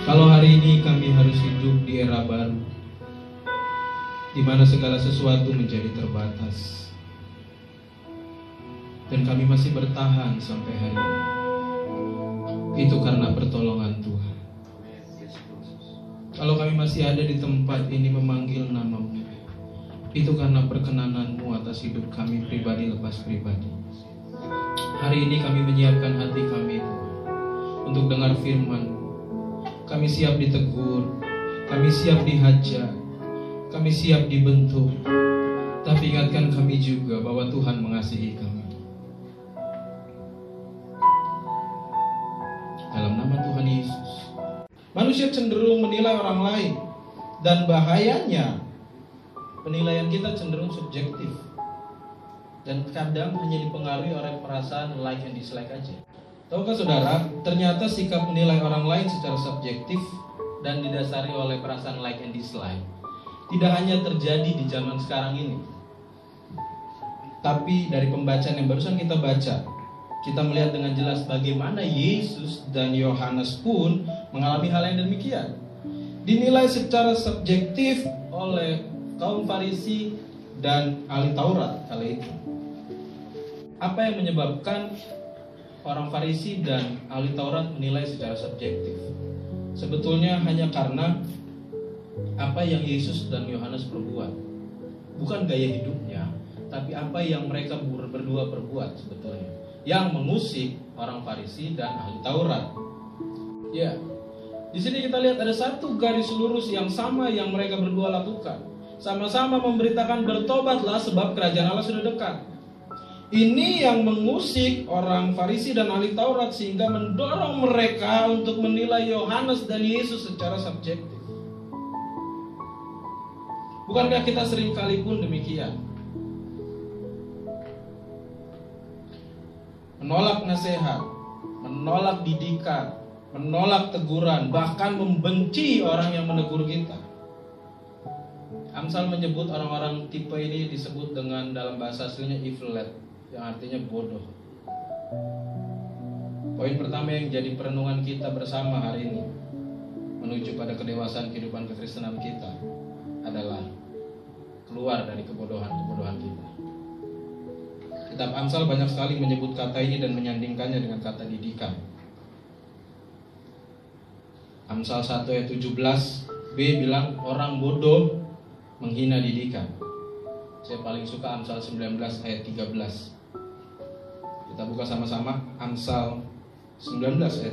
Kalau hari ini kami harus hidup di era baru, di mana segala sesuatu menjadi terbatas, dan kami masih bertahan sampai hari ini, itu karena pertolongan Tuhan. Kalau kami masih ada di tempat ini memanggil nama-Mu, itu karena perkenanan-Mu atas hidup kami pribadi lepas pribadi. Hari ini kami menyiapkan hati kami untuk dengar firman-Mu. Kami siap ditegur, kami siap dihajar, kami siap dibentuk. Tapi ingatkan kami juga bahwa Tuhan mengasihi kami. Dalam nama Tuhan Yesus. Manusia cenderung menilai orang lain, dan bahayanya penilaian kita cenderung subjektif, dan kadang hanya dipengaruhi oleh perasaan like and dislike aja. Tahukah saudara, ternyata sikap menilai orang lain secara subjektif dan didasari oleh perasaan like and dislike tidak hanya terjadi di zaman sekarang ini, tapi dari pembacaan yang barusan kita baca, kita melihat dengan jelas bagaimana Yesus dan Yohanes pun mengalami hal yang demikian. Dinilai secara subjektif oleh kaum Farisi dan ahli Taurat kala itu. Apa yang menyebabkan orang Farisi dan ahli Taurat menilai secara subjektif? Sebetulnya hanya karena apa yang Yesus dan Yohanes perbuat. Bukan gaya hidupnya, tapi apa yang mereka berdua perbuat sebetulnya, yang mengusik orang Farisi dan ahli Taurat. Ya, di sini kita lihat ada satu garis lurus yang sama yang mereka berdua lakukan. Sama-sama memberitakan bertobatlah sebab kerajaan Allah sudah dekat. Ini yang mengusik orang Farisi dan ahli Taurat sehingga mendorong mereka untuk menilai Yohanes dan Yesus secara subjektif. Bukankah kita seringkali pun demikian? Menolak nasihat, menolak didikan, menolak teguran, bahkan membenci orang yang menegur kita. Amsal menyebut orang-orang tipe ini disebut dengan dalam bahasa aslinya evelet, yang artinya bodoh. Poin pertama yang jadi perenungan kita bersama hari ini menuju pada kedewasaan kehidupan kekristenan kita adalah keluar dari kebodohan-kebodohan kita. Kitab Amsal banyak sekali menyebut kata ini dan menyandingkannya dengan kata didikan. Amsal 1 ayat 17b bilang orang bodoh menghina didikan. Saya paling suka Amsal 19 ayat 13. Kita buka sama-sama Amsal 19 ayat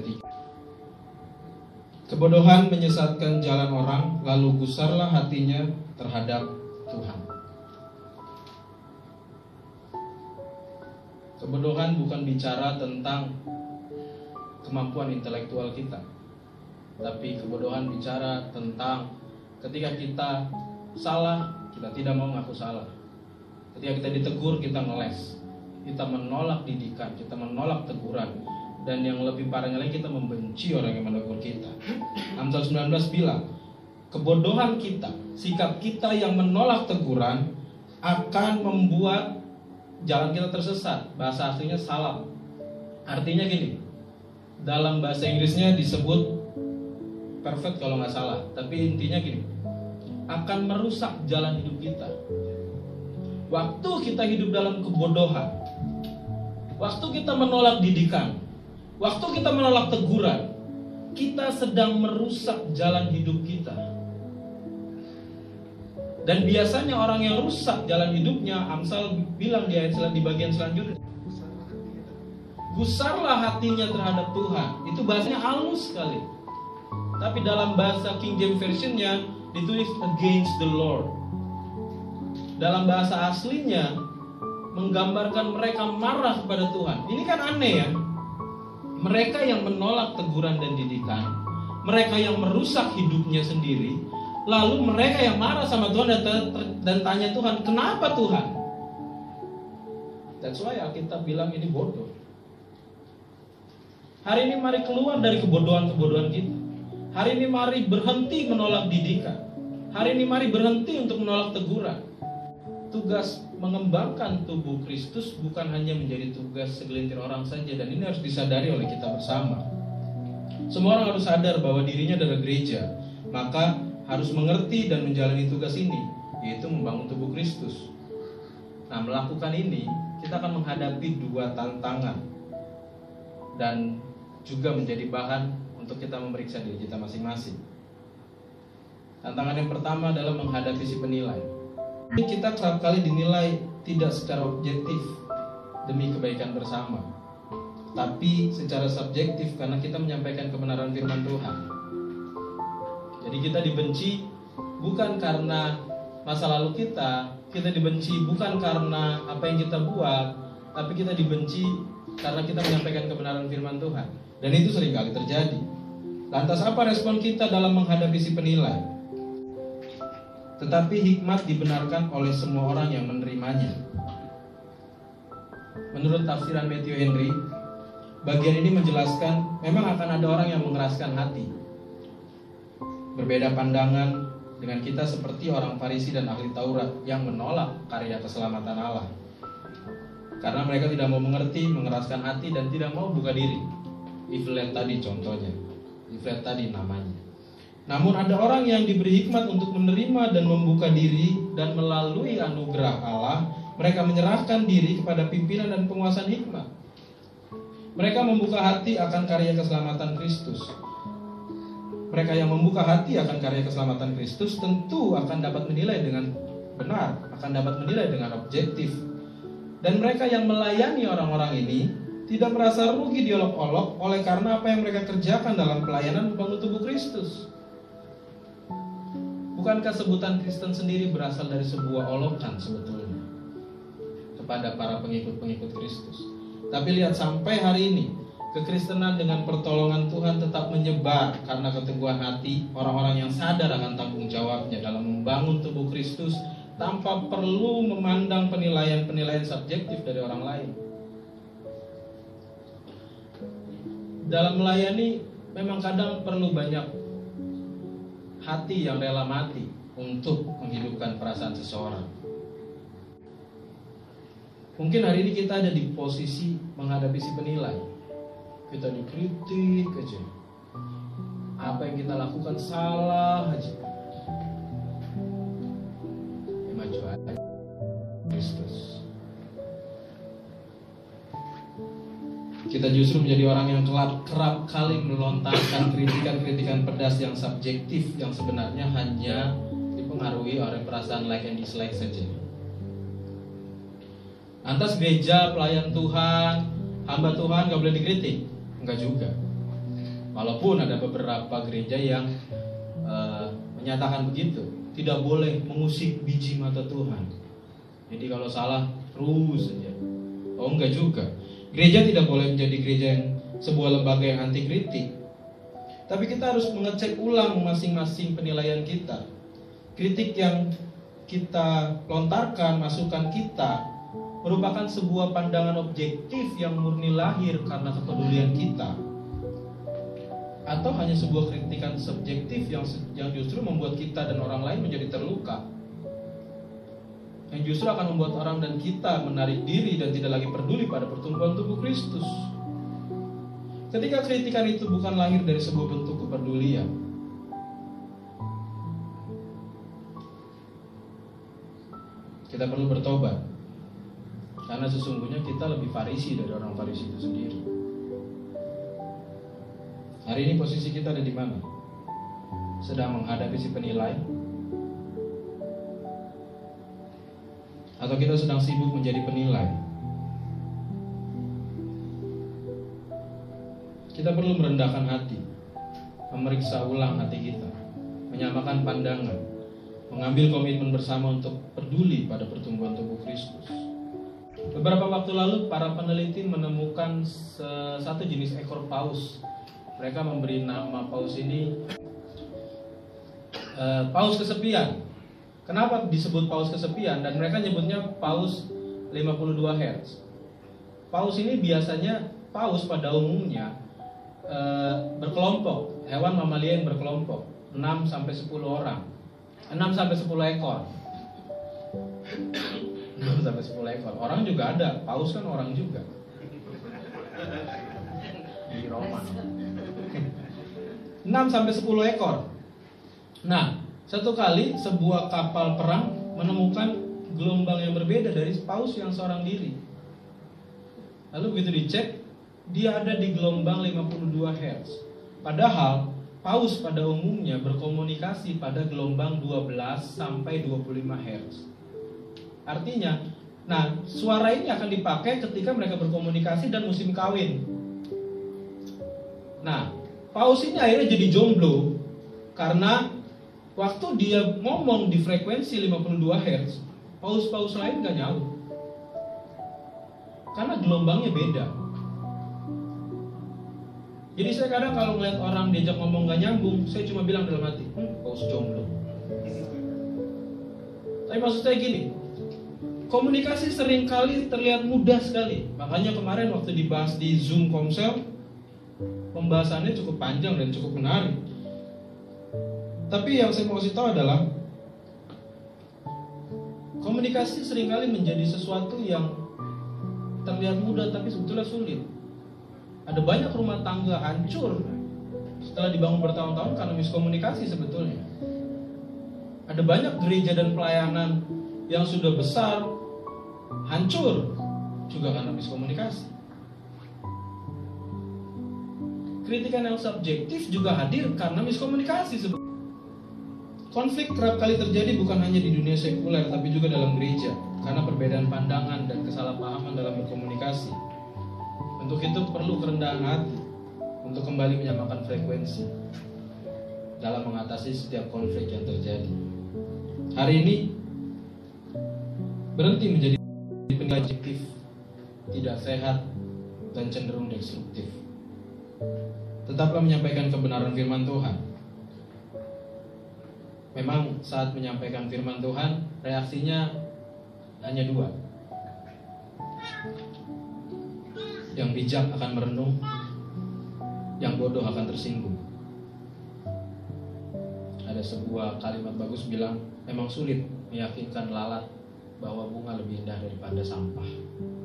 3. Kebodohan menyesatkan jalan orang, lalu gusarlah hatinya terhadap Tuhan. Kebodohan bukan bicara tentang kemampuan intelektual kita, tapi kebodohan bicara tentang ketika kita salah, kita tidak mau ngaku salah. Ketika kita ditegur, kita ngeles. Kita menolak didikan, kita menolak teguran. Dan yang lebih parahnya lagi, kita membenci orang yang menegur kita. Amsal 19 bilang, kebodohan kita, sikap kita yang menolak teguran akan membuat jalan kita tersesat. Bahasa aslinya salam. Artinya gini, dalam bahasa Inggrisnya disebut perfect kalau nggak salah, tapi intinya gini, akan merusak jalan hidup kita. Waktu kita hidup dalam kebodohan, waktu kita menolak didikan, waktu kita menolak teguran, kita sedang merusak jalan hidup kita. Dan biasanya orang yang rusak jalan hidupnya, Amsal bilang di bagian selanjutnya, gusarlah hatinya terhadap Tuhan. Itu bahasanya halus sekali. Tapi dalam bahasa King James Version-nya ditulis against the Lord. Dalam bahasa aslinya menggambarkan mereka marah kepada Tuhan. Ini kan aneh ya. Mereka yang menolak teguran dan didikan, mereka yang merusak hidupnya sendiri, lalu mereka yang marah sama Tuhan dan tanya Tuhan, kenapa Tuhan? That's why Alkitab bilang ini bodoh. Hari ini mari keluar dari kebodohan-kebodohan kita. Hari ini mari berhenti menolak didikan. Hari ini mari berhenti untuk menolak teguran. Tugas mengembangkan tubuh Kristus bukan hanya menjadi tugas segelintir orang saja, dan ini harus disadari oleh kita bersama. Semua orang harus sadar bahwa dirinya adalah gereja, maka harus mengerti dan menjalani tugas ini, yaitu membangun tubuh Kristus. Nah, melakukan ini kita akan menghadapi dua tantangan dan juga menjadi bahan untuk kita memeriksa diri kita masing-masing. Tantangan yang pertama adalah menghadapi si penilai. Kita kerap kali dinilai tidak secara objektif demi kebaikan bersama, tapi secara subjektif karena kita menyampaikan kebenaran firman Tuhan. Jadi kita dibenci bukan karena masa lalu kita dibenci bukan karena apa yang kita buat, tapi kita dibenci karena kita menyampaikan kebenaran firman Tuhan. Dan itu seringkali terjadi. Lantas apa respon kita dalam menghadapi si penilai? Tetapi hikmat dibenarkan oleh semua orang yang menerimanya. Menurut tafsiran Matthew Henry, bagian ini menjelaskan memang akan ada orang yang mengeraskan hati, berbeda pandangan dengan kita seperti orang Farisi dan ahli Taurat yang menolak karya keselamatan Allah karena mereka tidak mau mengerti, mengeraskan hati, dan tidak mau buka diri. Iflet tadi contohnya, Iflet tadi namanya. Namun ada orang yang diberi hikmat untuk menerima dan membuka diri, dan melalui anugerah Allah mereka menyerahkan diri kepada pimpinan dan penguasaan hikmat. Mereka membuka hati akan karya keselamatan Kristus. Mereka yang membuka hati akan karya keselamatan Kristus tentu akan dapat menilai dengan benar, akan dapat menilai dengan objektif. Dan mereka yang melayani orang-orang ini tidak merasa rugi diolok-olok oleh karena apa yang mereka kerjakan dalam pelayanan membangun tubuh Kristus. Bukankah sebutan Kristen sendiri berasal dari sebuah olokan sebetulnya kepada para pengikut-pengikut Kristus? Tapi lihat sampai hari ini kekristenan dengan pertolongan Tuhan tetap menyebar karena keteguhan hati orang-orang yang sadar akan tanggung jawabnya dalam membangun tubuh Kristus tanpa perlu memandang penilaian-penilaian subjektif dari orang lain. Dalam melayani memang kadang perlu banyak hati yang rela mati untuk menghidupkan perasaan seseorang. Mungkin hari ini kita ada di posisi menghadapi si penilai. Kita dikritik aja, apa yang kita lakukan salah aja. Maju aja Kristus. Kita justru menjadi orang yang kerap kali melontarkan kritikan-kritikan pedas yang subjektif, yang sebenarnya hanya dipengaruhi oleh perasaan like and dislike saja. Lantas gereja, pelayan Tuhan, hamba Tuhan gak boleh dikritik? Enggak juga. Walaupun ada beberapa gereja yang menyatakan begitu, tidak boleh mengusik biji mata Tuhan. Jadi kalau salah terus saja. Oh enggak juga. Gereja tidak boleh menjadi gereja yang sebuah lembaga yang anti kritik. Tapi kita harus mengecek ulang masing-masing penilaian kita. Kritik yang kita lontarkan, masukan kita merupakan sebuah pandangan objektif yang murni lahir karena kepedulian kita, atau hanya sebuah kritikan subjektif yang justru membuat kita dan orang lain menjadi terluka, yang justru akan membuat orang dan kita menarik diri dan tidak lagi peduli pada pertumbuhan tubuh Kristus. Ketika kritikan itu bukan lahir dari sebuah bentuk kepedulian, kita perlu bertobat. Karena sesungguhnya kita lebih Farisi dari orang Farisi itu sendiri. Hari ini posisi kita ada di mana? Sedang menghadapi si penilai? Atau kita sedang sibuk menjadi penilai? Kita perlu merendahkan hati, memeriksa ulang hati kita, menyamakan pandangan, mengambil komitmen bersama untuk peduli pada pertumbuhan tubuh Kristus. Beberapa waktu lalu para peneliti menemukan satu jenis ekor paus. Mereka memberi nama paus ini paus kesepian. Kenapa disebut paus kesepian? Dan mereka nyebutnya paus 52 Hz. Paus ini biasanya, paus pada umumnya berkelompok, hewan mamalia yang berkelompok 6-10 orang, 6-10 ekor. 6-10 ekor. Orang juga ada, paus kan orang juga. Di Roma. 6 sampai 10 ekor. Nah, satu kali sebuah kapal perang menemukan gelombang yang berbeda dari paus yang seorang diri. Lalu begitu dicek, dia ada di gelombang 52 Hz. Padahal paus pada umumnya berkomunikasi pada gelombang 12 sampai 25 Hz. Artinya, nah, suara ini akan dipakai ketika mereka berkomunikasi dan musim kawin. Nah, paus ini akhirnya jadi jomblo karena waktu dia ngomong di frekuensi 52 Hz, paus-paus lain gak nyaut. Karena gelombangnya beda. Jadi saya kadang kalau ngeliat orang diajak ngomong gak nyambung, saya cuma bilang dalam hati, paus jomblo. Tapi maksud saya gini, komunikasi seringkali terlihat mudah sekali. Makanya kemarin waktu dibahas di Zoom Komsel, pembahasannya cukup panjang dan cukup menarik. Tapi yang saya mau kasih tahu adalah komunikasi seringkali menjadi sesuatu yang terlihat mudah tapi sebetulnya sulit. Ada banyak rumah tangga hancur setelah dibangun bertahun-tahun karena miskomunikasi sebetulnya. Ada banyak gereja dan pelayanan yang sudah besar hancur juga karena miskomunikasi. Kritikan yang subjektif juga hadir karena miskomunikasi sebetulnya. Konflik kerap kali terjadi bukan hanya di dunia sekuler tapi juga dalam gereja karena perbedaan pandangan dan kesalahpahaman dalam berkomunikasi. Untuk itu perlu kerendahan hati untuk kembali menyamakan frekuensi dalam mengatasi setiap konflik yang terjadi. Hari ini berhenti menjadi penilai objektif, tidak sehat dan cenderung destruktif. Tetaplah menyampaikan kebenaran firman Tuhan. Memang saat menyampaikan firman Tuhan, reaksinya hanya dua. Yang bijak akan merenung, yang bodoh akan tersinggung. Ada sebuah kalimat bagus bilang, memang sulit meyakinkan lalat bahwa bunga lebih indah daripada sampah.